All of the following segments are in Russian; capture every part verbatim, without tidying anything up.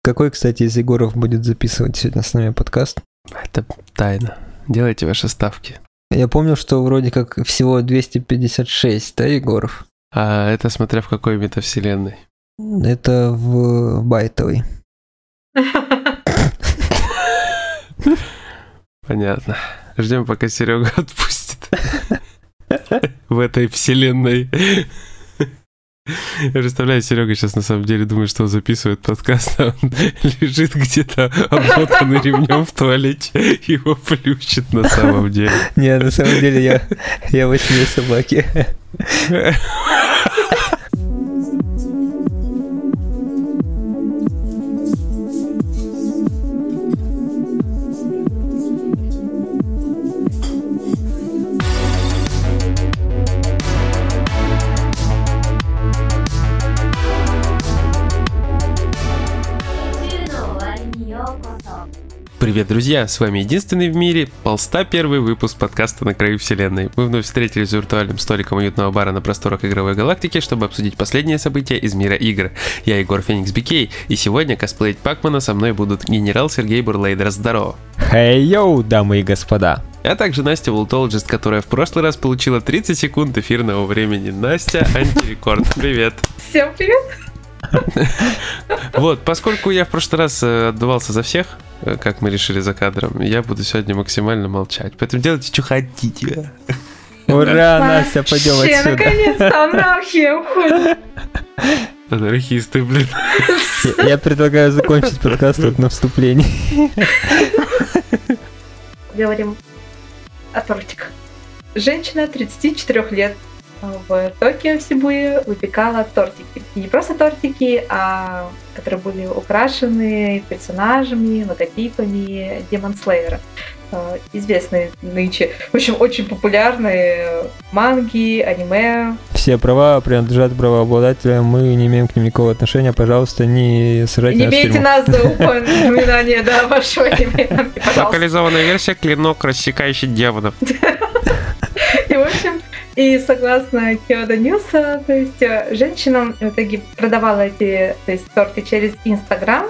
Какой, кстати, из Егоров будет записывать сегодня с нами подкаст? Это тайна. Делайте ваши ставки. Я помню, что вроде как всего двести пятьдесят шесть, да, Егоров? А это смотря в какой метавселенной. Это в байтовой. Понятно. Ждем, пока Серега отпустит в этой вселенной. Я представляю, Серега сейчас на самом деле думает, что он записывает подкаст, а он лежит где-то обмотанный ремнем в туалете, его плющит на самом деле. Не, на самом деле я, я во сне собаки. Привет, друзья! С вами единственный в мире полста первый выпуск подкаста «На краю вселенной». Мы вновь встретились за виртуальным столиком уютного бара на просторах игровой галактики, чтобы обсудить последние события из мира игр. Я Егор Феникс Бикей, и сегодня косплеить Пакмана со мной будут генерал Сергей Бурлейдер. Здорово! Хей-йоу, дамы и господа! А также Настя Волтологист, которая в прошлый раз получила тридцать секунд эфирного времени. Настя, антирекорд. Привет! Всем привет! Вот, поскольку я в прошлый раз отдувался за всех, как мы решили за кадром, я буду сегодня максимально молчать. Поэтому делайте, что хотите. Ура, Настя, пойдем отсюда. Наконец-то анархия уходит. Анархисты, блин. Я предлагаю закончить подкаст вот на вступлении. Говорим о тортиках. Женщина тридцати четырёх лет в Токио, в Сибуе, выпекала тортики. И не просто тортики, а которые были украшены персонажами, логотипами Demon Slayer. Известные нынче, в общем, очень популярные манги, аниме. Все права принадлежат правообладателям, мы не имеем к ним никакого отношения, пожалуйста, не сажайте не нас в тюрьму. Не бейте нас за упоминание, да, вашего аниме, пожалуйста. Локализованная версия «Клинок, рассекающий демонов». И, в общем, и согласно Kyodo News, то есть женщина в итоге продавала эти, то есть, торты через Instagram.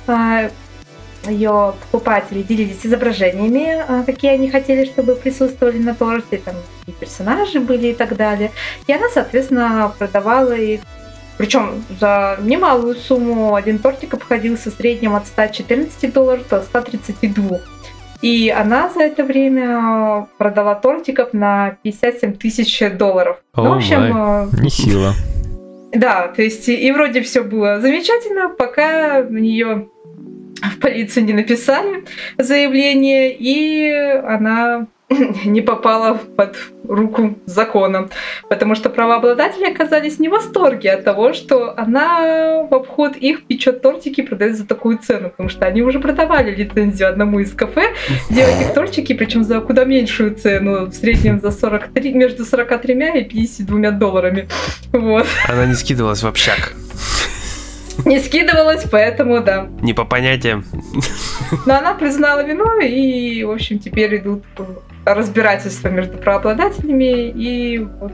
Ее покупатели делились изображениями, какие они хотели, чтобы присутствовали на торте, там и персонажи были и так далее. И она, соответственно, продавала их, причем за немалую сумму. Один тортик обходился в среднем от ста четырнадцати долларов до ста тридцати двух. И она за это время продала тортиков на пятьдесят семь тысяч долларов. Oh ну, в общем, не сила. Да, то есть и вроде все было замечательно, пока на нее в полицию не написали заявление, и она не попала под руку закона, потому что правообладатели оказались не в восторге от того, что она в обход их печет тортики и продает за такую цену, потому что они уже продавали лицензию одному из кафе делать их тортики, причем за куда меньшую цену, в среднем за сорок три, между сорок три и пятьдесят два долларами. Вот. Она не скидывалась в общак. Не скидывалась, поэтому да. Не по понятиям. Но она признала вину, и, в общем, теперь идут разбирательства между правообладателями и вот,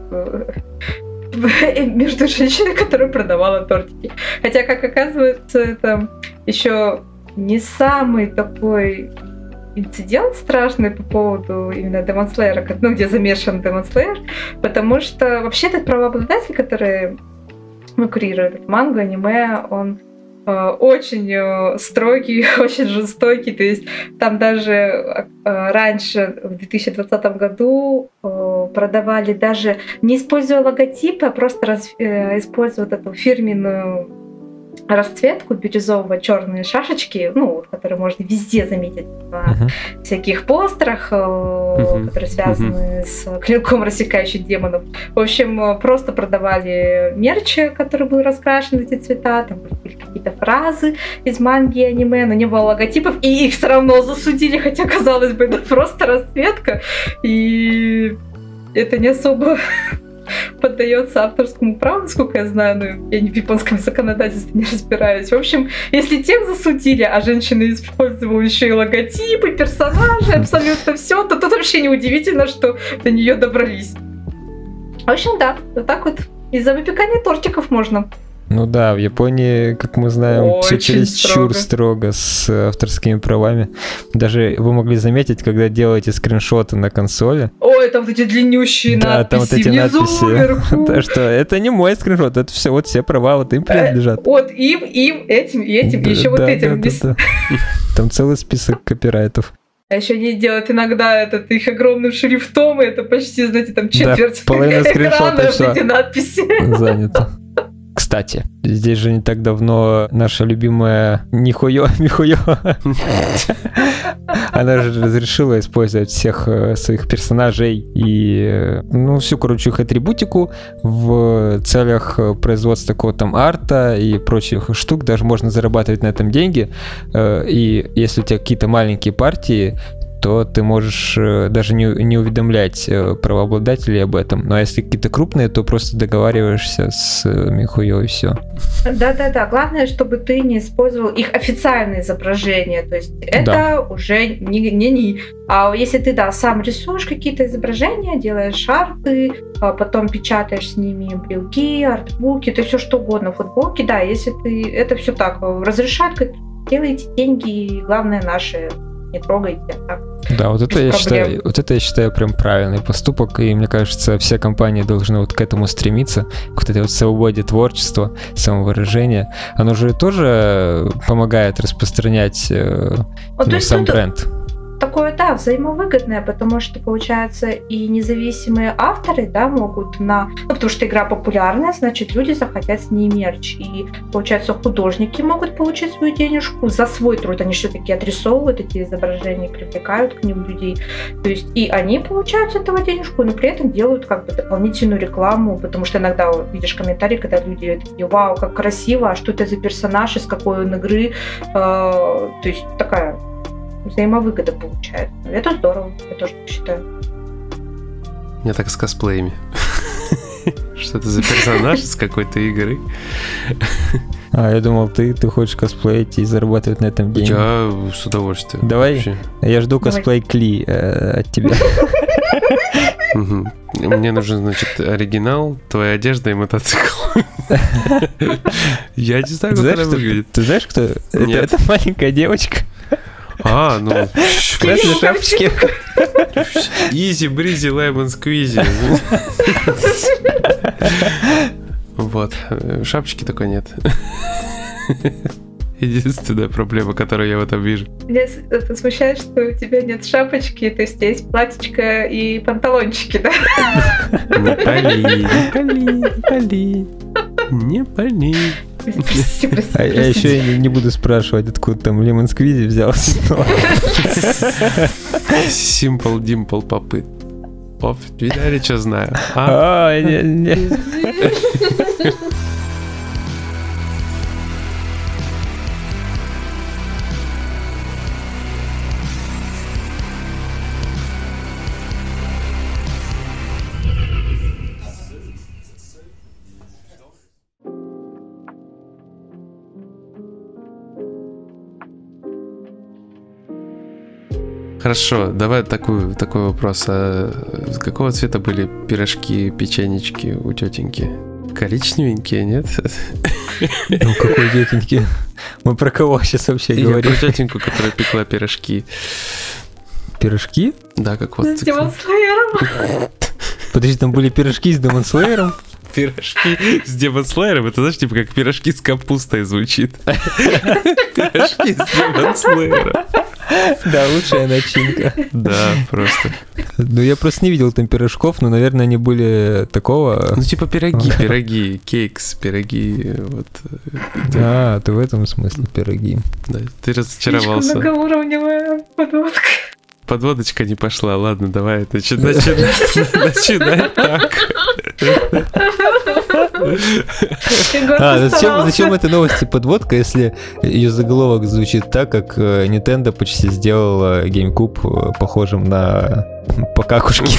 между женщиной, которая продавала тортики. Хотя, как оказывается, это еще не самый такой инцидент страшный по поводу именно Demon Slayer, ну, где замешан Demon Slayer, потому что вообще этот правообладатель, который ну, курирует этот мангу, аниме, он э, очень э, строгий, очень жестокий. То есть там даже э, раньше, в две тысячи двадцатом году, э, продавали даже, не используя логотипы, а просто раз, э, используя вот эту фирменную расцветку бирюзово-черные шашечки, ну, которые можно везде заметить в uh-huh. всяких постерах, uh-huh. которые связаны uh-huh. с клинком, рассекающим демонов. В общем, просто продавали мерч, который был раскрашен в эти цвета, там были какие-то фразы из манги и аниме, но не было логотипов, и их все равно засудили, хотя, казалось бы, это просто расцветка, и это не особо поддается авторскому праву, насколько я знаю, но я не в японском законодательстве не разбираюсь. В общем, если тех засудили, а женщина использовала еще и логотипы, персонажи, абсолютно все, то тут вообще неудивительно, что до нее добрались. В общем, да, вот так вот из-за выпекания тортиков можно Ну да, в Японии, как мы знаем, все Очень чересчур строго. строго с авторскими правами. Даже вы могли заметить, когда делаете скриншоты на консоли. Ой, там вот эти длиннющие Да, надписи там вот эти внизу, надписи. вверху. Так что это не мой скриншот, это все, вот все права вот им принадлежат. Вот им, им, этим и этим, и еще вот Да, этим. да, да, да. Там целый список копирайтов. А еще они делают иногда этот их огромным шрифтом, и это почти, знаете, там четверть половина скриншота экрана, всё. эти надписи. Занято. Кстати, здесь же не так давно наша любимая Нихуё Михуё, она же разрешила использовать всех э, своих персонажей и, э, ну, всю, короче, их атрибутику в целях э, производства какого-то там арта и прочих штук. Даже можно зарабатывать на этом деньги. Э, и если у тебя какие-то маленькие партии, то ты можешь э, даже не, не уведомлять э, правообладателей об этом. Ну а если какие-то крупные, то просто договариваешься с э, Михуё и все. Да-да-да, главное, чтобы ты не использовал их официальные изображения, то есть это Да. уже не, не, не. А если ты, да, сам рисуешь какие-то изображения, делаешь арты, а потом печатаешь с ними брелки, артбуки, то есть все что угодно, футболки, да, если ты, это все так, разрешают, как делайте деньги, и главное наши, не трогайте, так. Да, вот это, Без я проблем. считаю, вот это я считаю прям правильный поступок, и мне кажется, все компании должны вот к этому стремиться, к вот этой вот свободе творчества, самовыражения. Оно же тоже помогает распространять э, Вот, ну, то есть сам тут бренд. такое, да, взаимовыгодное, потому что, получается, и независимые авторы, да, могут на... Ну, потому что игра популярная, значит, люди захотят с ней мерч. И, получается, художники могут получить свою денежку за свой труд. Они все-таки отрисовывают эти изображения, привлекают к ним людей. То есть и они получают с этого денежку, но при этом делают как бы дополнительную рекламу, потому что иногда вот, видишь комментарии, когда люди такие: вау, как красиво, а что это за персонаж, из какой он игры. Э, то есть такая взаимовыгода получается. Это здорово, я тоже так считаю. У меня так с косплеями. Что это за персонаж из какой-то игры? А, я думал, ты, ты хочешь косплеить и зарабатывать на этом деньги. Я с удовольствием. Давай. Вообще. Я жду Давай. косплей Кли э, от тебя. Мгм. Мне нужен, значит, оригинал, твоя одежда и мотоцикл. Я не знаю, Ты как знаешь, она кто- выглядит. ты знаешь, кто? Это, Нет. это маленькая девочка А, ну... в красной шапочке. Изи, бризи, лаймон, сквизи. Вот. Шапочки такой нет. Единственная проблема, которую я в этом вижу. Меня с- это смущает, что у тебя нет шапочки, то есть у тебя есть платьечко и панталончики, да? Не пали, не пали, не пали. Не пали. Простите, простите, А я простите. еще не, не буду спрашивать, откуда там лимон сквизи взялся. но- Simple Dimple попыт. Оп, видали, что знаю. А? А, не, не. Хорошо, давай такой, такой вопрос. А с какого цвета были пирожки, печенечки у тетеньки? Коричневенькие, нет? Ну, какой детенький. Мы про кого сейчас вообще Я говорим? про тетеньку, которая пекла пирожки. Пирожки? Да, как вот... С Demon Slayer'ом. Подожди, там были пирожки с Demon Slayer'ом? Пирожки с Demon Slayer'ом, это, знаешь, типа как пирожки с капустой звучит. Пирожки с Demon Slayer'ом. Да, лучшая начинка. Да, просто. Ну, я просто не видел там пирожков, но, наверное, они были такого... Ну, типа пироги, пироги, кейкс, пироги, вот. А, ты в этом смысле пироги. Да, ты Слишком разочаровался. многоуровневая подводка. Подводочка не пошла, ладно, давай, начи- начи- начинай так. Егор А, зачем, постарался. зачем этой новости подводка, если ее заголовок звучит так, как э, Nintendo почти сделала GameCube э, похожим на покакушки?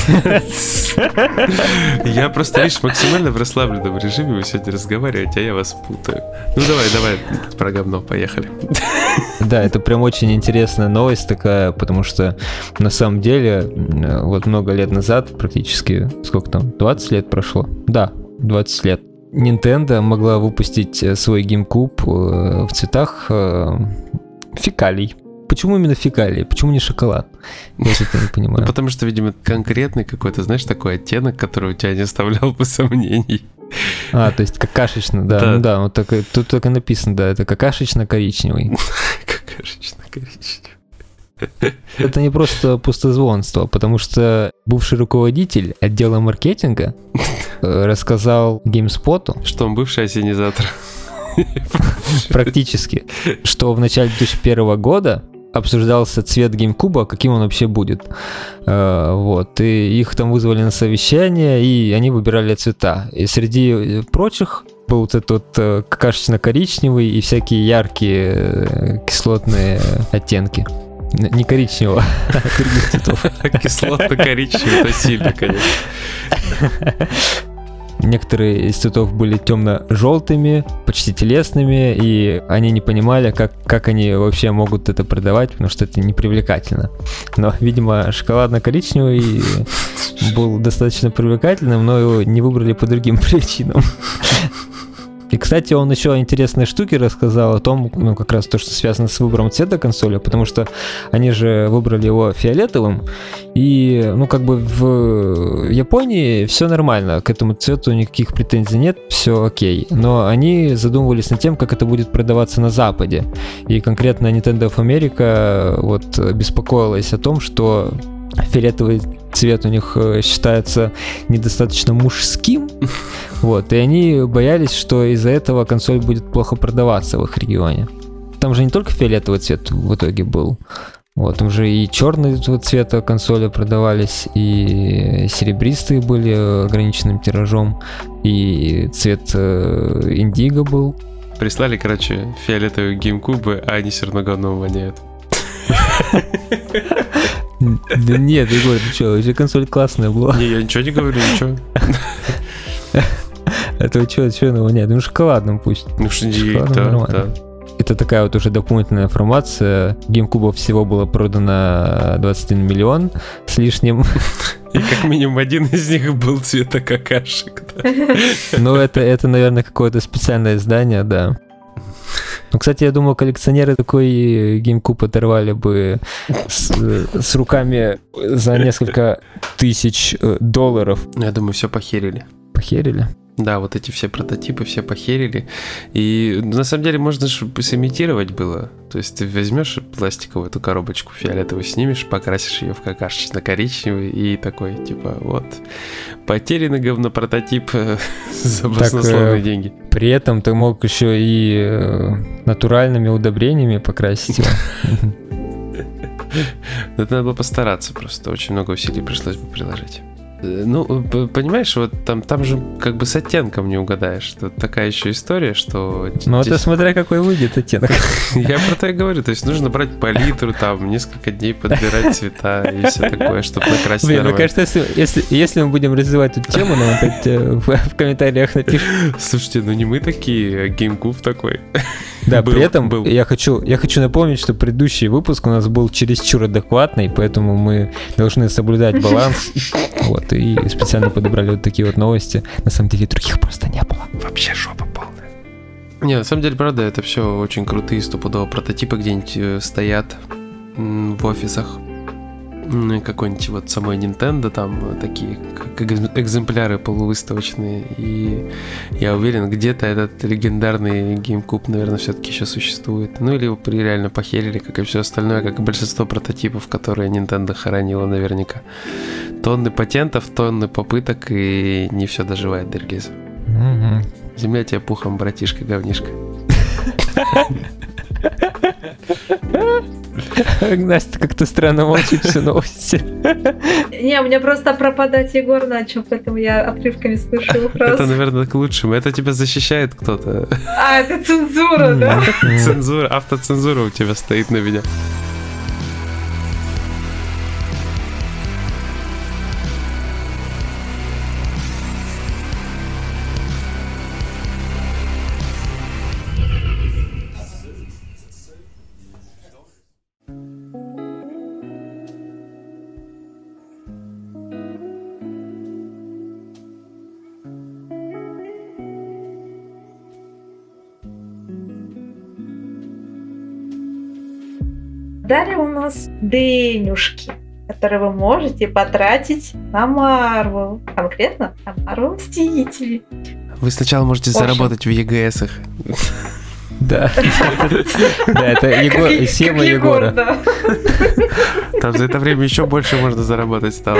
Я просто, видишь, максимально в расслабленном режиме вы сегодня разговариваете, а я вас путаю. Ну давай, давай, про говно, поехали. Да, это прям очень интересная новость такая, потому что на самом деле э, вот много лет назад, практически, сколько там, двадцать лет прошло? Да, двадцать лет. Nintendo могла выпустить свой GameCube в цветах фекалий. Почему именно фекалии? Почему не шоколад? Я это не понимаю. Ну, потому что, видимо, конкретный какой-то, знаешь, такой оттенок, который у тебя не оставлял бы сомнений. А, то есть какашечно, да. Да, ну, да вот так, тут так и написано, да, это какашечно-коричневый. Какашечно-коричневый. Это не просто пустозвонство, потому что бывший руководитель отдела маркетинга рассказал GameSpot, что он бывший ассенизатор. Практически. Что в начале две тысячи первого года обсуждался цвет GameCube, каким он вообще будет. Вот. И их там вызвали на совещание, и они выбирали цвета. И среди прочих был вот этот вот какашечно-коричневый и всякие яркие кислотные оттенки. Не коричневого, а других цветов. Кислотно-коричневый, это сильно, конечно. Некоторые из цветов были темно-желтыми, почти телесными, и они не понимали, как, как они вообще могут это продавать, потому что это непривлекательно. Но, видимо, шоколадно-коричневый был достаточно привлекательным, но его не выбрали по другим причинам. И, кстати, он еще интересные штуки рассказал о том, ну, как раз то, что связано с выбором цвета консоли, потому что они же выбрали его фиолетовым, и, ну, как бы в Японии все нормально, к этому цвету никаких претензий нет, все окей, но они задумывались над тем, как это будет продаваться на Западе, и конкретно Nintendo of America вот беспокоилась о том, что фиолетовый цвет у них считается недостаточно мужским, вот, и они боялись, что из-за этого консоль будет плохо продаваться в их регионе. Там же не только фиолетовый цвет в итоге был, вот, там же и черные цвета консоли продавались, и серебристые были ограниченным тиражом, и цвет индиго был. Прислали, короче, фиолетовые геймкубы, а они все равно говном воняют. Да нет, Егор, ты что, вообще консоль классная была. Не, я ничего не говорю, ничего. Это что, что она воняет? Ну, шоколадным пусть. Ну, что да, да. Это такая вот уже дополнительная информация. GameCube всего было продано двадцать один миллион с лишним. И как минимум один из них был цвета какашек. Да. Ну, это, это, наверное, какое-то специальное издание, да. Ну, кстати, я думаю, коллекционеры такой GameCube оторвали бы с, с руками за несколько тысяч долларов. Я думаю, все похерили. Похерили? Да, вот эти все прототипы все похерили. И на самом деле можно же сымитировать было. То есть ты возьмешь пластиковую эту коробочку фиолетовую, снимешь, покрасишь ее в какашечно-коричневый и такой, типа, вот, потерянный говнопрототип за баснословные так, деньги. При этом ты мог еще и натуральными удобрениями покрасить его. Это надо было постараться просто. Очень много усилий пришлось бы приложить. Ну, понимаешь, вот там, там же как бы с оттенком не угадаешь. Тут такая еще история, что... Ну, здесь... это смотря какой выйдет оттенок. Я про то и говорю. То есть нужно брать палитру, там, несколько дней подбирать цвета и все такое, чтобы накрасить Блин, нормально. Мне кажется, если, если, если мы будем развивать эту тему, нам опять в, в комментариях напишут. Слушайте, ну не мы такие, а GameCube такой. Да, был, при этом был. Я, хочу, я хочу напомнить, что предыдущий выпуск у нас был чересчур адекватный, поэтому мы должны соблюдать баланс. Вот, и специально подобрали вот такие вот новости. На самом деле других просто не было. Вообще жопа полная. Не, на самом деле, правда, это все очень крутые стопудово прототипы где-нибудь стоят в офисах. Ну и какой-нибудь вот самой Nintendo, там такие как экземпляры полувыставочные. И я уверен, где-то этот легендарный GameCube, наверное, все-таки еще существует. Ну или его реально похерили, как и все остальное, как и большинство прототипов, которые Nintendo хоронила наверняка. Тонны патентов, тонны попыток, и не все доживает до релиза. Mm-hmm. Земля тебе пухом, братишка, говнишка. Настя как-то странно молчит всю новость. Не, у меня просто пропадать Егор начал, поэтому я отрывками слышу его фразу. Это, наверное, к лучшему. Это тебя защищает кто-то. А, это цензура, да? Цензура, автоцензура у тебя стоит на меня. Далее у нас денежки, которые вы можете потратить на Марвел. Конкретно на Марвел Мстители. Вы сначала можете В общем. заработать в и джи эсах. Да. Да, это Егор, Как- схема как Егор, Егора. да. Там за это время еще больше можно заработать стало.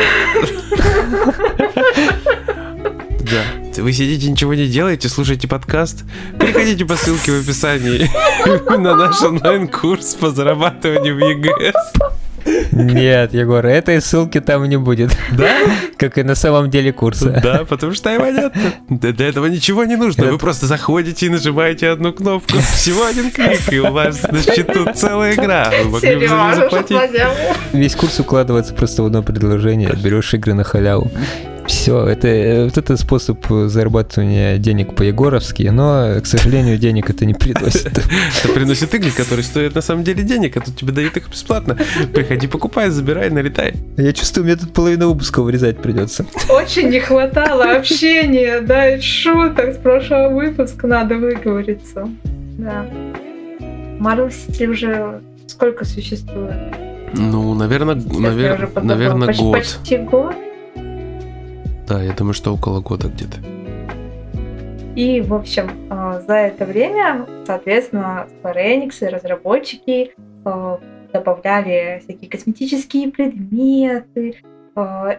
Да. Вы сидите, ничего не делаете, слушаете подкаст, переходите по ссылке в описании на наш онлайн-курс по зарабатыванию в и джи эс. Нет, Егор, этой ссылки там не будет. Да? Как и на самом деле курса. Да, потому что его нет. Для для этого ничего не нужно. Вы Это- просто заходите и нажимаете одну кнопку. Всего один клик, и у вас на счету целая игра. Вы могли бы за нее Сережа, заплатить. шотландяку. Весь курс укладывается просто в одно предложение. Берешь игры на халяву. Все, это, э, вот это способ зарабатывания денег по-егоровски, но, к сожалению, денег это не приносит. Это приносит игры, которые стоят на самом деле денег, а тут тебе дают их бесплатно. Приходи, покупай, забирай, налетай. Я чувствую, мне тут половину выпуска вырезать придется. Очень не хватало общения, да, и шуток с прошлого выпуска, надо выговориться. Да. Марвел Сити уже сколько существует? Ну, наверное, Сейчас я навер... уже подзабыла. наверное, Почти- год. Почти год. Да, я думаю, что около года где-то. И, в общем, э, за это время, соответственно, Square Enix и разработчики э, добавляли всякие косметические предметы, э,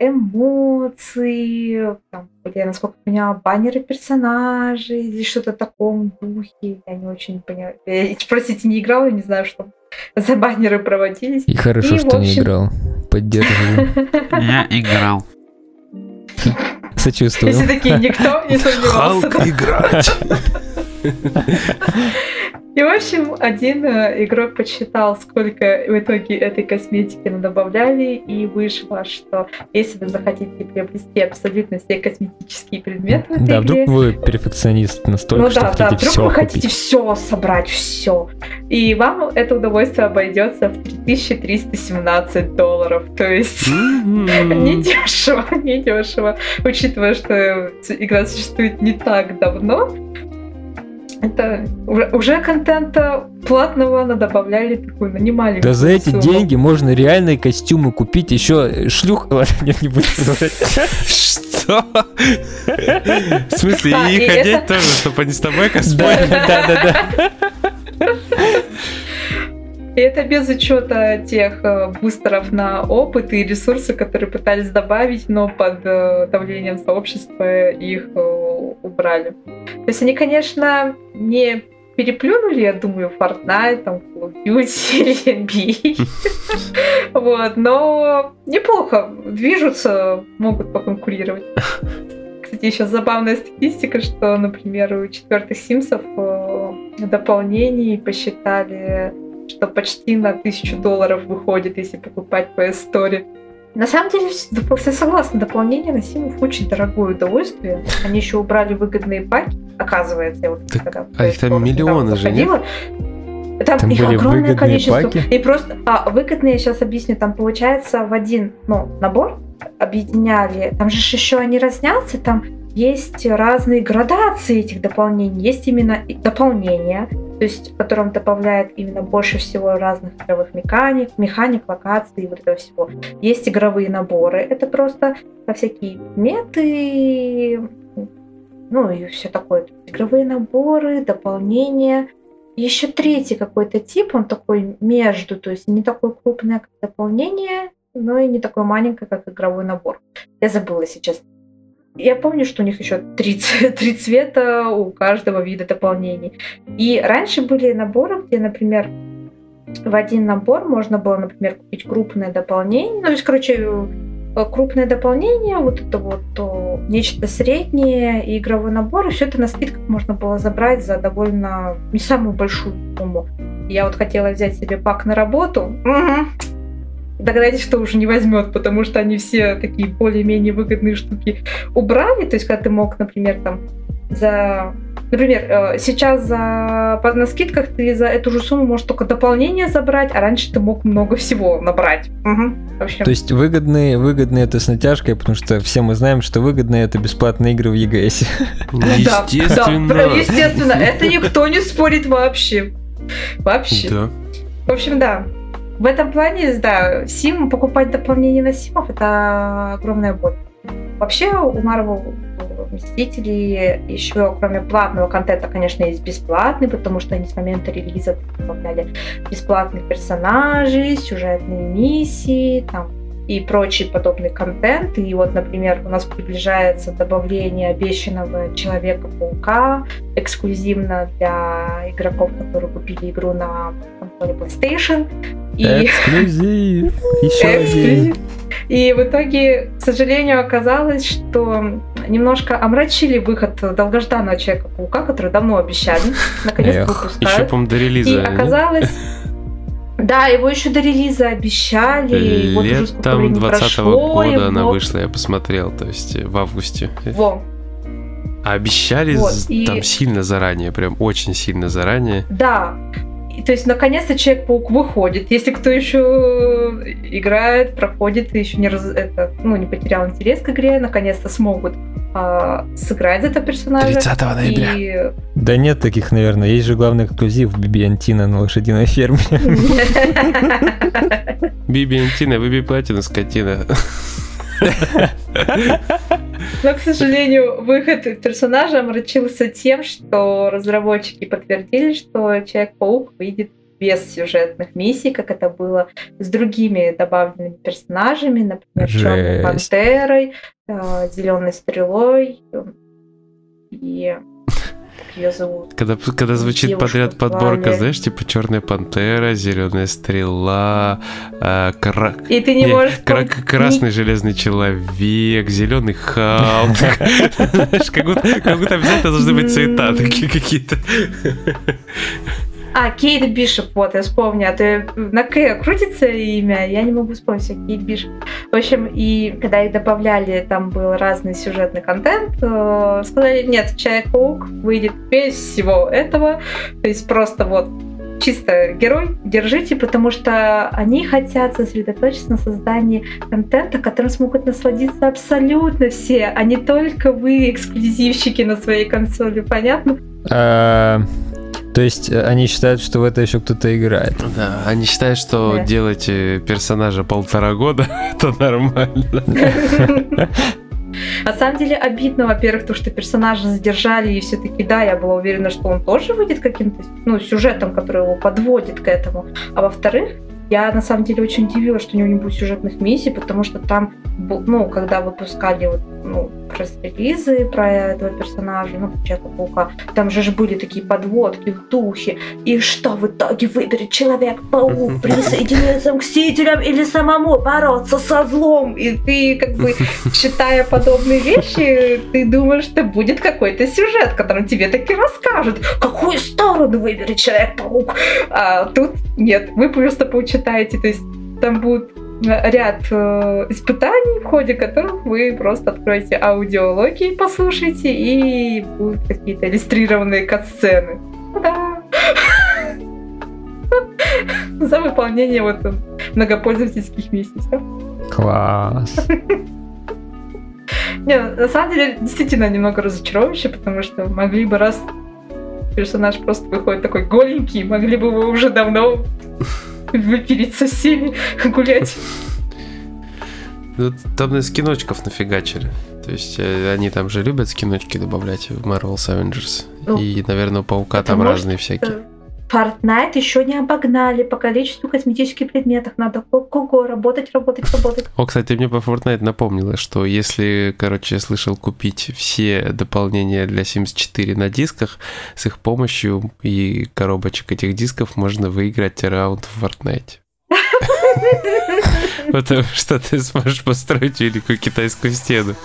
эмоции, там были, насколько я поняла, баннеры персонажей или что-то в таком духе. Я не очень поняла. Я, простите, не играла, не знаю, что за баннеры проводились. И хорошо, И, в что не общем- играл. Поддерживаю. Я играл. Сочувствую. Все такие, никто не сомневался. Халк играть. И, в общем, один э, игрок подсчитал, сколько в итоге этой косметики добавляли, и вышло, что если вы захотите приобрести абсолютно все косметические предметы в этой Да, игре, вдруг вы перфекционист настолько, ну что да, да, хотите вдруг все вы хотите купить. все собрать, все. И вам это удовольствие обойдется в три тысячи триста семнадцать долларов. То есть не дешево, не дешево. Учитывая, что игра существует не так давно, это уже, уже контента платного надобавляли такую, но не маленькую Да за эти сумму. деньги можно реальные костюмы купить, еще шлюх... Ладно, нет, не буду продолжать. Что? В смысле, Да, и и их одеть это- тоже, чтобы они с тобой Да, косплеили? да, да, да. И это без учета тех э, бустеров на опыт и ресурсы, которые пытались добавить, но под э, давлением сообщества их э, убрали. То есть они, конечно, не переплюнули, я думаю, Fortnite, там, Call of Duty или эн би эй. Вот, но неплохо движутся, могут поконкурировать. Кстати, еще забавная статистика, что, например, у четвертых Симсов э, дополнений посчитали, что почти на тысячу долларов выходит, если покупать по эс Store. На самом деле, я согласна, дополнение на Симов очень дорогое удовольствие. Они еще убрали выгодные паки, оказывается. Я вот Так, когда в а их там Play Store миллионы же, нет? заходила, Там, Там их были огромное выгодные количество. паки? И просто, а, выгодные, я сейчас объясню, там получается в один, ну, набор объединяли. Там же ж еще они разнятся, там есть разные градации этих дополнений. Есть именно и дополнения, то есть в котором добавляют именно больше всего разных игровых механик, механик, локаций и вот этого всего. Есть игровые наборы, это просто всякие меты, ну и все такое. Игровые наборы, дополнения. Еще третий какой-то тип, он такой между, то есть не такой крупный, как дополнение, но и не такой маленький, как игровой набор. Я забыла сейчас. Я помню, что у них еще три, три цвета у каждого вида дополнений. И раньше были наборы, где, например, в один набор можно было, например, купить крупное дополнение. Ну, то есть, короче, крупное дополнение, вот это вот то, нечто среднее и игровой набор, и все это на скидках можно было забрать за довольно не самую большую сумму. Я вот хотела взять себе пак на работу. Угу. Догадайтесь, что уже не возьмет, потому что они все такие более-менее выгодные штуки убрали. То есть, когда ты мог, например, там за... Например, сейчас за... на скидках ты за эту же сумму можешь только дополнение забрать, а раньше ты мог много всего набрать. Угу. В общем... То есть выгодные, выгодные это с натяжкой, потому что все мы знаем, что выгодные это бесплатные игры в и джи эс. Естественно. Да, да, естественно, это никто не спорит вообще. Вообще. Да. В общем, да. в этом плане, да, Сим, покупать дополнение на Симов — это огромная боль. Вообще у Marvel Мстители еще, кроме платного контента, конечно, есть бесплатный, потому что они с момента релиза добавляли бесплатных персонажей, сюжетные миссии, там, и прочий подобный контент. И вот, например, у нас приближается добавление обещанного Человека-паука эксклюзивно для игроков, которые купили игру на консоли PlayStation. И... Эксклюзив! Еще один! И в итоге, к сожалению, оказалось, что немножко омрачили выход долгожданного Человека-паука, который давно обещали. Наконец-то выпускают. Еще, по-моему, до релиза. И оказалось... Да, его еще до релиза обещали. Летом вот уже сколько времени прошло, года его... она вышла, я посмотрел, то есть в августе. Во. А обещали вот, там и... сильно заранее, прям очень сильно заранее. Да. И, то есть, наконец-то Человек-паук выходит. Если кто еще играет, проходит и еще не, раз... это, ну, не потерял интерес к игре, наконец-то смогут а, сыграть за этого персонажа. тридцатого ноября. И... Да нет таких, наверное. Есть же главный эксклюзив Биби Антина на лошадиной ферме. Биби Антина, Биби Платина, скотина. Но, к сожалению, выход персонажа омрачился тем, что разработчики подтвердили, что Человек-паук выйдет без сюжетных миссий, как это было с другими добавленными персонажами, например, Черной Пантерой, Зеленой Стрелой и... ее зовут. Когда, когда звучит девушка подряд подборка, знаешь, типа Черная Пантера, Зеленая Стрела, э, кра... и ты не, не можешь кра... Красный не... Железный Человек, Зеленый Халк. Знаешь, как будто обязательно должны быть цвета такие какие-то. А, Кейт Бишоп, вот, я вспомню, а то на К крутится имя, я не могу вспомнить, Кейт Бишоп. В общем, и когда их добавляли, там был разный сюжетный контент, сказали, нет, Человек-паук выйдет без всего этого, то есть просто вот чисто герой, держите, потому что они хотят сосредоточиться на создании контента, которым смогут насладиться абсолютно все, а не только вы, эксклюзивщики на своей консоли, понятно? То есть они считают, что в это еще кто-то играет. Да, они считают, что да. делать персонажа полтора года это нормально. На самом деле обидно, во-первых, то, что персонажа задержали, и все-таки, да, я была уверена, что он тоже выйдет каким-то, ну, сюжетом, который его подводит к этому. А во-вторых, я на самом деле очень удивилась, что у него не будет сюжетных миссий, потому что там, ну, когда выпускали вот, ну, пресс-релизы про этого персонажа, ну, Человека-паука, там же были такие подводки в духе. И что в итоге выберет Человек-паук? Присоединиться к Мстителям или самому бороться со злом? И ты, как бы, читая подобные вещи, ты думаешь, что будет какой-то сюжет, в котором тебе таки расскажут, какую сторону выберет Человек-паук. А тут нет, вы просто почитаете, то есть там будут ряд э, испытаний, в ходе которых вы просто откроете аудиологи, послушаете, и будут какие-то иллюстрированные катсцены. Да. За выполнение вот многопользовательских миссий. Класс. Не, на самом деле, действительно немного разочаровывающе, потому что могли бы, раз персонаж просто выходит такой голенький, могли бы его уже давно выпилить со всеми, гулять. Ну, там из скиночков нафигачили. То есть они там же любят скиночки добавлять в Marvel's Avengers. Ну, и, наверное, у Паука там может, разные всякие. Fortnite еще не обогнали по количеству косметических предметов. Надо ого, работать, работать, работать. О, кстати, ты мне по Fortnite напомнила, что если, короче, я слышал, купить все дополнения для Sims четыре на дисках, с их помощью и коробочек этих дисков можно выиграть раунд в Fortnite. Потому что ты сможешь построить великую китайскую стену.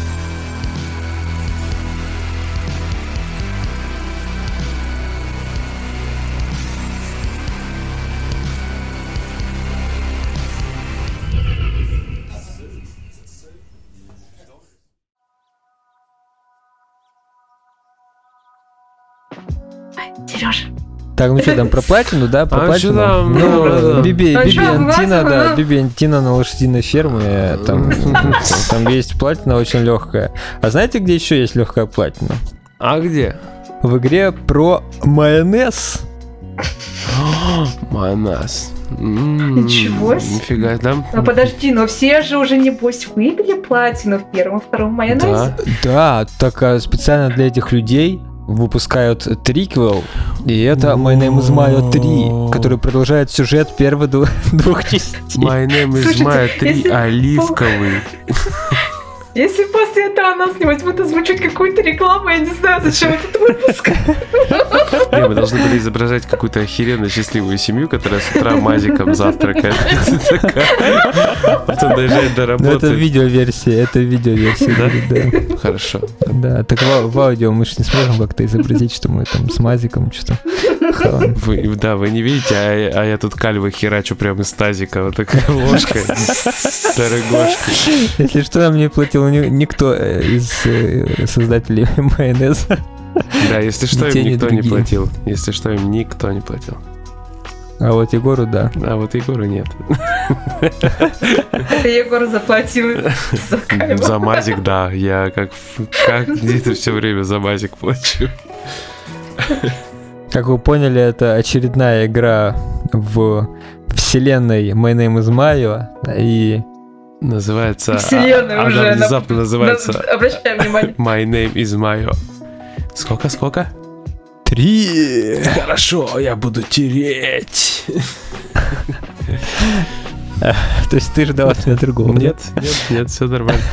Сережа. Так, ну что там, про платину, да? Про а платину? Там, ну, да, да, да. Биби, а Биби что, Антина, да, да? Биби Антина на лошадиной ферме, там, там есть платина очень легкая. А знаете, где еще есть легкая платина? А где? В игре про майонез. Майонез. Ничего себе. Нифига, да? Ну подожди, но все же уже, небось, выбили платину в первом и втором майонезе. Да. Да, так а, специально для этих людей выпускают триквел, и это My Name is Mayo три, который продолжает сюжет первых двух частей. My Name is Mayo три оливковый. Если после этого нас не возьмут озвучить какую-то рекламу, я не знаю, зачем этот выпуск. Не, мы должны были изображать какую-то охеренно счастливую семью, которая с утра мазиком завтракает. Потом доезжает до работы. Это видеоверсия, это видеоверсия. Да? Хорошо. Да, так в аудио мы же не сможем как-то изобразить, что мы там с мазиком что-то. Вы, да, вы не видите, а, а я тут кальвы херачу прямо из тазика, вот такой ложкой, дорогошкой. Если что, нам не платил никто из создателей майонеза. Да, если что, им никто не платил. Если что, им никто не платил. А вот Егору, да. А вот Егору нет. Это Егор заплатил за кальвы. За мазик, да. Я как, как где-то все время за мазик плачу. Как вы поняли, это очередная игра в вселенной My Name is Mayo, и... Называется... Вселенная а, уже. Она внезапно на... называется... Обращаем внимание. My Name is Mayo. Сколько, сколько? Три! Хорошо, я буду тереть. То есть ты ждал от меня другого? Нет, нет, нет, все нормально.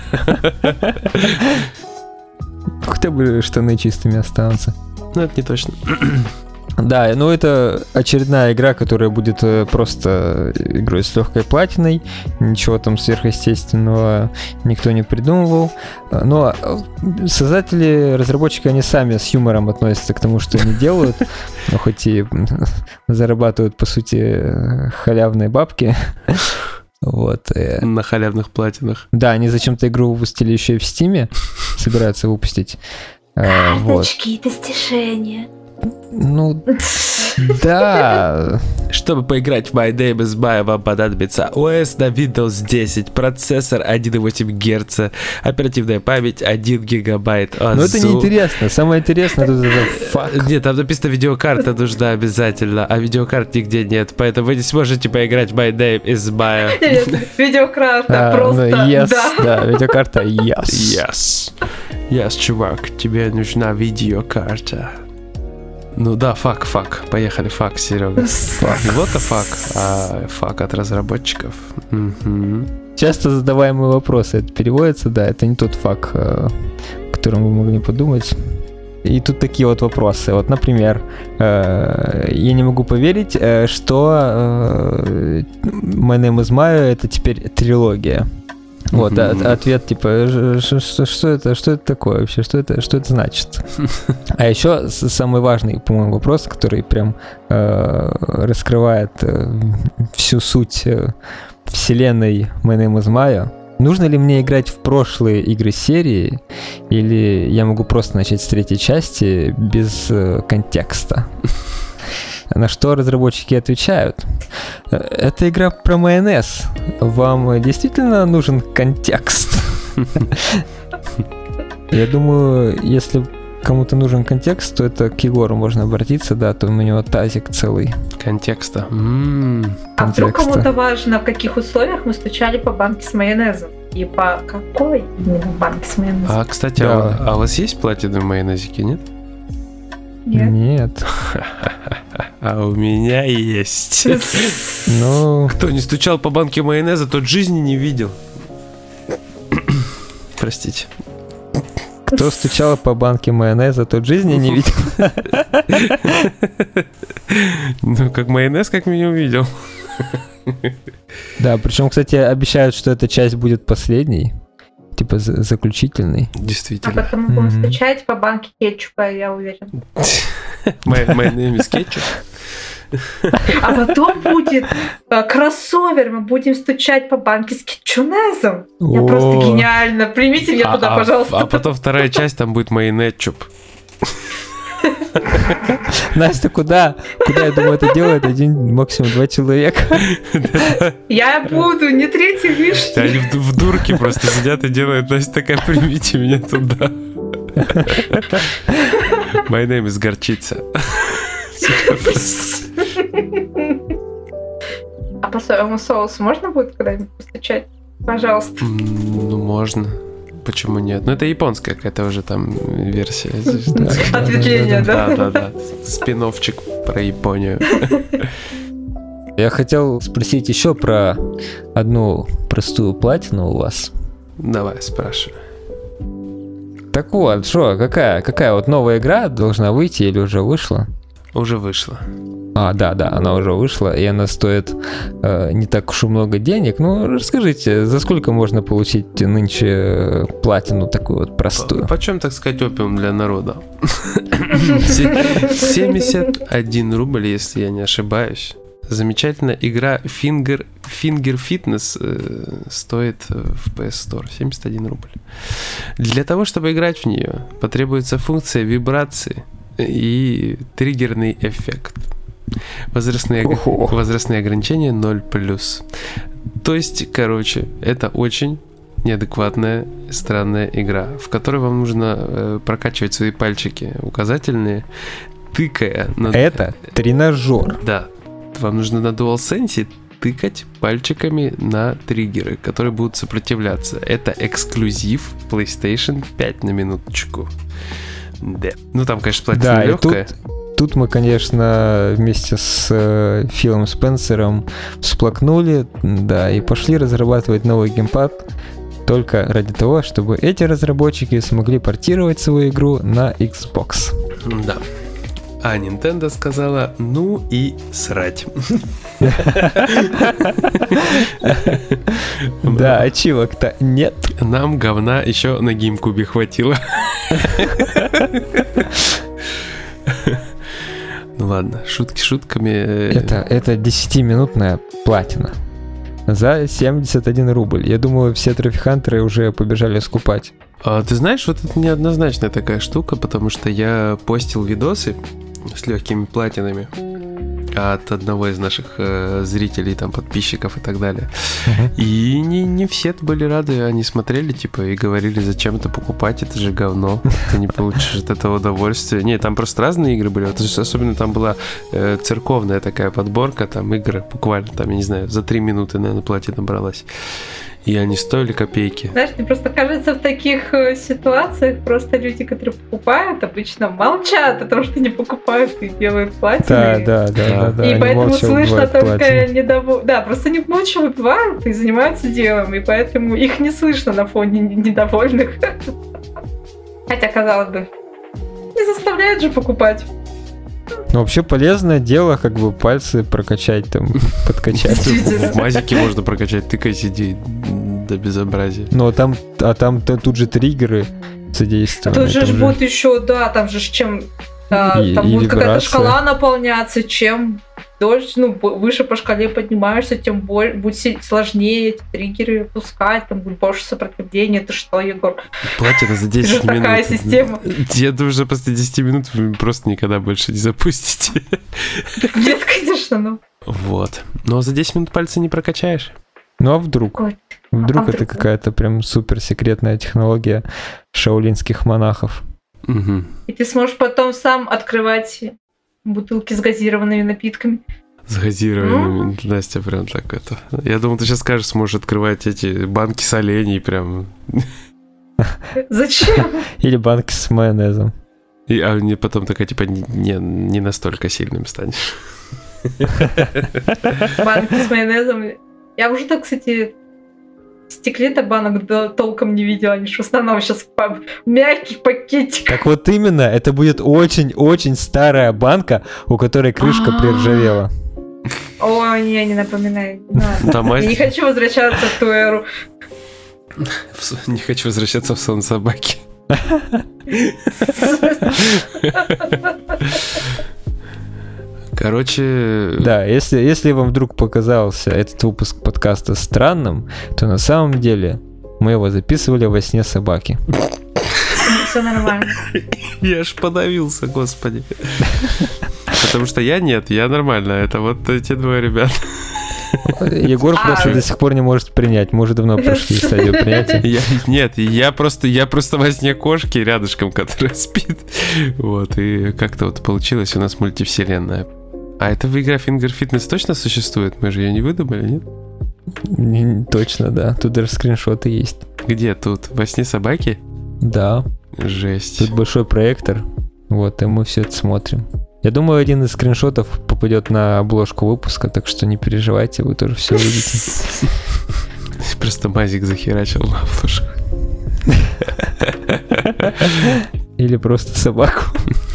Хотя бы штаны чистыми останутся. Ну, это не точно. Да, ну это очередная игра, которая будет просто игрой с легкой платиной. Ничего там сверхъестественного никто не придумывал. Но создатели, разработчики, они сами с юмором относятся к тому, что они делают. Но хоть и зарабатывают, по сути, халявные бабки. Вот. На халявных платинах. Да, они зачем-то игру выпустили еще и в Стиме. Собираются выпустить. Карточки и достижения. Ну, да. Чтобы поиграть в My Name is Mayo, вам понадобится о эс на Windows десять, процессор один и восемь герца, оперативная память один гигабайт. Но это не интересно. Самое интересное тут это факт. Нет, там написано видеокарта нужна обязательно, а видеокарт нигде нет, поэтому вы не сможете поиграть в My Name is Mayo. Видеокарта а, просто, ну, yes, да. Да, видеокарта yes. Yes. Yes, чувак, тебе нужна видеокарта. Ну да, фак, фак. Поехали, фак, Серега. Фак. Не вот а фак, а фак от разработчиков. Угу. Часто задаваемые вопросы. Это переводится, да, это не тот фак, о котором вы могли подумать. И тут такие вот вопросы. Вот, например, я не могу поверить, что My Name is Mayo это теперь трилогия. Вот, mm-hmm. а, ответ типа, что, что, это, что это такое вообще, что это, что это значит? А еще самый важный, по-моему, вопрос, который прям э, раскрывает э, всю суть э, вселенной My Name is Mayo. Нужно ли мне играть в прошлые игры серии, или я могу просто начать с третьей части без э, контекста? На что разработчики отвечают: это игра про майонез. Вам действительно нужен контекст? Я думаю, если кому-то нужен контекст, то это к Егору можно обратиться, да, то у него тазик целый. Контекста. А вдруг кому-то важно, в каких условиях мы стучали по банке с майонезом? И по какой именно банке с майонезом? А, кстати, а, а у вас есть платины в майонезике, нет? Нет. Нет. А у меня есть. Ну... Кто не стучал по банке майонеза, тот жизни не видел. Простите. Кто стучал по банке майонеза, тот жизни не видел. Ну, как майонез, как минимум, видел. Да, причем, кстати, обещают, что эта часть будет последней. Типа заключительный. Действительно. А потом мы будем mm-hmm. стучать по банке кетчупа, я уверен. My name is кетчуп. А потом будет кроссовер, мы будем стучать по банке с кетчунезом. Я просто гениально. Примите меня туда, пожалуйста. А потом вторая часть, там будет майонетчуп. Настя, куда? Куда, я думаю, это делает один, максимум два человека. Я буду, не третий лишний. Они в, в дурке просто сидят и делают: Настя такая, примите меня туда. My name is горчица. А по соевому соусу можно будет когда-нибудь постучать? Пожалуйста. Ну, можно. Почему нет? Ну, это японская какая-то уже там версия. Ответвление, да? Да, да, да. Спин-оффчик про Японию. Я хотел спросить еще про одну простую платину у вас. Давай, спрашивай. Так вот, что, какая, какая вот новая игра должна выйти или уже вышла? Уже вышла. А, да, да, она уже вышла, и она стоит э, не так уж и много денег. Ну, расскажите, за сколько можно получить нынче платину такую вот простую? Почем, так сказать, опиум для народа? семьдесят один рубль, если я не ошибаюсь. Замечательная игра Finger, Finger Fitness э, стоит в пи эс Store семьдесят один рубль. Для того, чтобы играть в нее, потребуется функция вибрации и триггерный эффект. Возрастные, возрастные ограничения ноль плюс. То есть, короче, это очень неадекватная, странная игра, в которой вам нужно э, прокачивать свои пальчики указательные, тыкая на... Это тренажер. Да. Вам нужно на DualSense тыкать пальчиками на триггеры, которые будут сопротивляться. Это эксклюзив PlayStation пять, на минуточку. Да. Ну там, конечно, платина да, легкая. Тут, тут мы, конечно, вместе с э, Филом Спенсером всплакнули, да, и пошли разрабатывать новый геймпад только ради того, чтобы эти разработчики смогли портировать свою игру на Xbox. Да. А Nintendo сказала, ну и срать. Да, ачивок-то нет. Нам говна еще на GameCube хватило. Ну ладно, шутки шутками. Это, это десятиминутная платина за семьдесят один рубль. Я думаю, все трофихантеры уже побежали скупать. А, ты знаешь, вот это неоднозначная такая штука, потому что я постил видосы с легкими платинами от одного из наших э, зрителей, там, подписчиков и так далее. Uh-huh. И не, не все были рады, они смотрели, типа, и говорили, зачем это покупать, это же говно, ты не получишь от этого удовольствия. Не, там просто разные игры были, вот, особенно там была э, церковная такая подборка, там, игры буквально, там, я не знаю, за три минуты, наверное, платина бралась. И они стоили копейки. Знаешь, мне просто кажется, в таких э, ситуациях просто люди, которые покупают, обычно молчат о том, что не покупают и делают платины. Да, да, да, да, да. И поэтому слышно только недовольство. Да, просто они молча выпивают и занимаются делом, и поэтому их не слышно на фоне недовольных. Хотя, казалось бы, не заставляют же покупать. Ну, вообще полезное дело, как бы пальцы прокачать, там, подкачать. В мазике можно прокачать, тыкай, сиди до безобразия. Ну, а там, а там тут же триггеры содействуют. Тут же будут еще, да, там же чем... Там будет какая-то шкала наполняться, чем дольше, ну, выше по шкале поднимаешься, тем больше, будет сложнее эти триггеры пускать, там будет больше сопротивления. Ты что, Егор? Платина за десять минут. Такая система. Я думаю, что после десяти минут вы просто никогда больше не запустите. Нет, конечно, ну. Вот. Но за десять минут пальцы не прокачаешь. Ну, а вдруг? Ой. Вдруг а это вдруг? какая-то прям супер секретная технология шаолинских монахов. Угу. И ты сможешь потом сам открывать бутылки с газированными напитками. С газированными. Mm. Настя прям так это... Я думал, ты сейчас скажешь, сможешь открывать эти банки с оленей прям. Зачем? Или банки с майонезом. И, а не потом такая, типа, не, не настолько сильным станешь. Банки с майонезом. Я уже так, кстати, стекле-то банок да, толком не видела. Они же в основном сейчас в мягких пакетиках. Так вот именно, это будет очень-очень старая банка, у которой крышка приржавела. О, не, не напоминай. Я не хочу возвращаться в ту эру. Не хочу возвращаться в сон собаки. Короче... Да, если, если вам вдруг показался этот выпуск подкаста странным, то на самом деле мы его записывали во сне собаки. Все нормально. Я аж подавился, господи. Потому что я нет, я нормально. Это вот эти двое ребят. Егор просто а, до сих пор не может принять. Мы уже давно прошли стадию принятия. Я, нет, я просто, я просто во сне кошки рядышком, которая спит. Вот, и как-то вот получилось у нас мультивселенная. А эта игра Finger Fitness точно существует? Мы же ее не выдумали, нет? Не- Точно, да. Тут даже скриншоты есть. Где тут? Во сне собаки? Да. Жесть. Тут большой проектор. Вот, и мы все это смотрим. Я думаю, один из скриншотов попадет на обложку выпуска, так что не переживайте, вы тоже все увидите. Просто Мазик захерачил на обложку. Или просто собаку.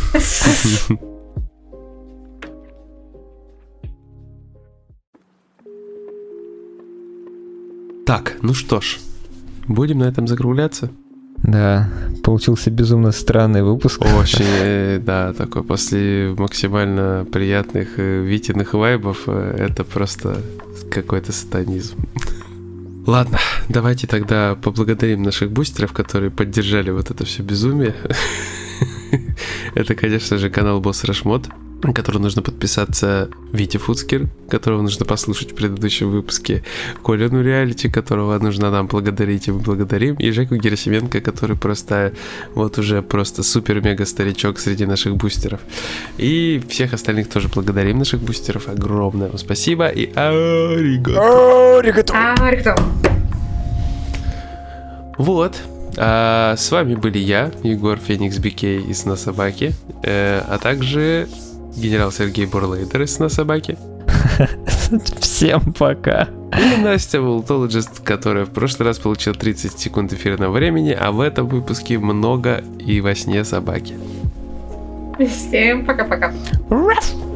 Так, ну что ж, будем на этом закругляться. Да, получился безумно странный выпуск. Очень, э, да, такой после максимально приятных э, Витиных вайбов, э, это просто какой-то сатанизм. Ладно, давайте тогда поблагодарим наших бустеров, которые поддержали вот это все безумие. Это, конечно же, канал Босс Рашмод, на который нужно подписаться, Витя Фуцкер, которого нужно послушать в предыдущем выпуске, Коля Нуреалити, которого нужно нам благодарить, и мы благодарим, и Жеку Герасименко, который просто вот уже просто супер-мега-старичок среди наших бустеров. И всех остальных тоже благодарим, наших бустеров. Огромное вам спасибо и аригато. Аригато. Аригато. Вот. А с вами были я, Егор Феникс Бикей из «На собаке», э, а также генерал Сергей Бурлейдер из «На собаке». Всем пока. И Настя Волтологист, которая в прошлый раз получила тридцать секунд эфирного времени, а в этом выпуске много и во сне собаки. Всем пока-пока. Раф.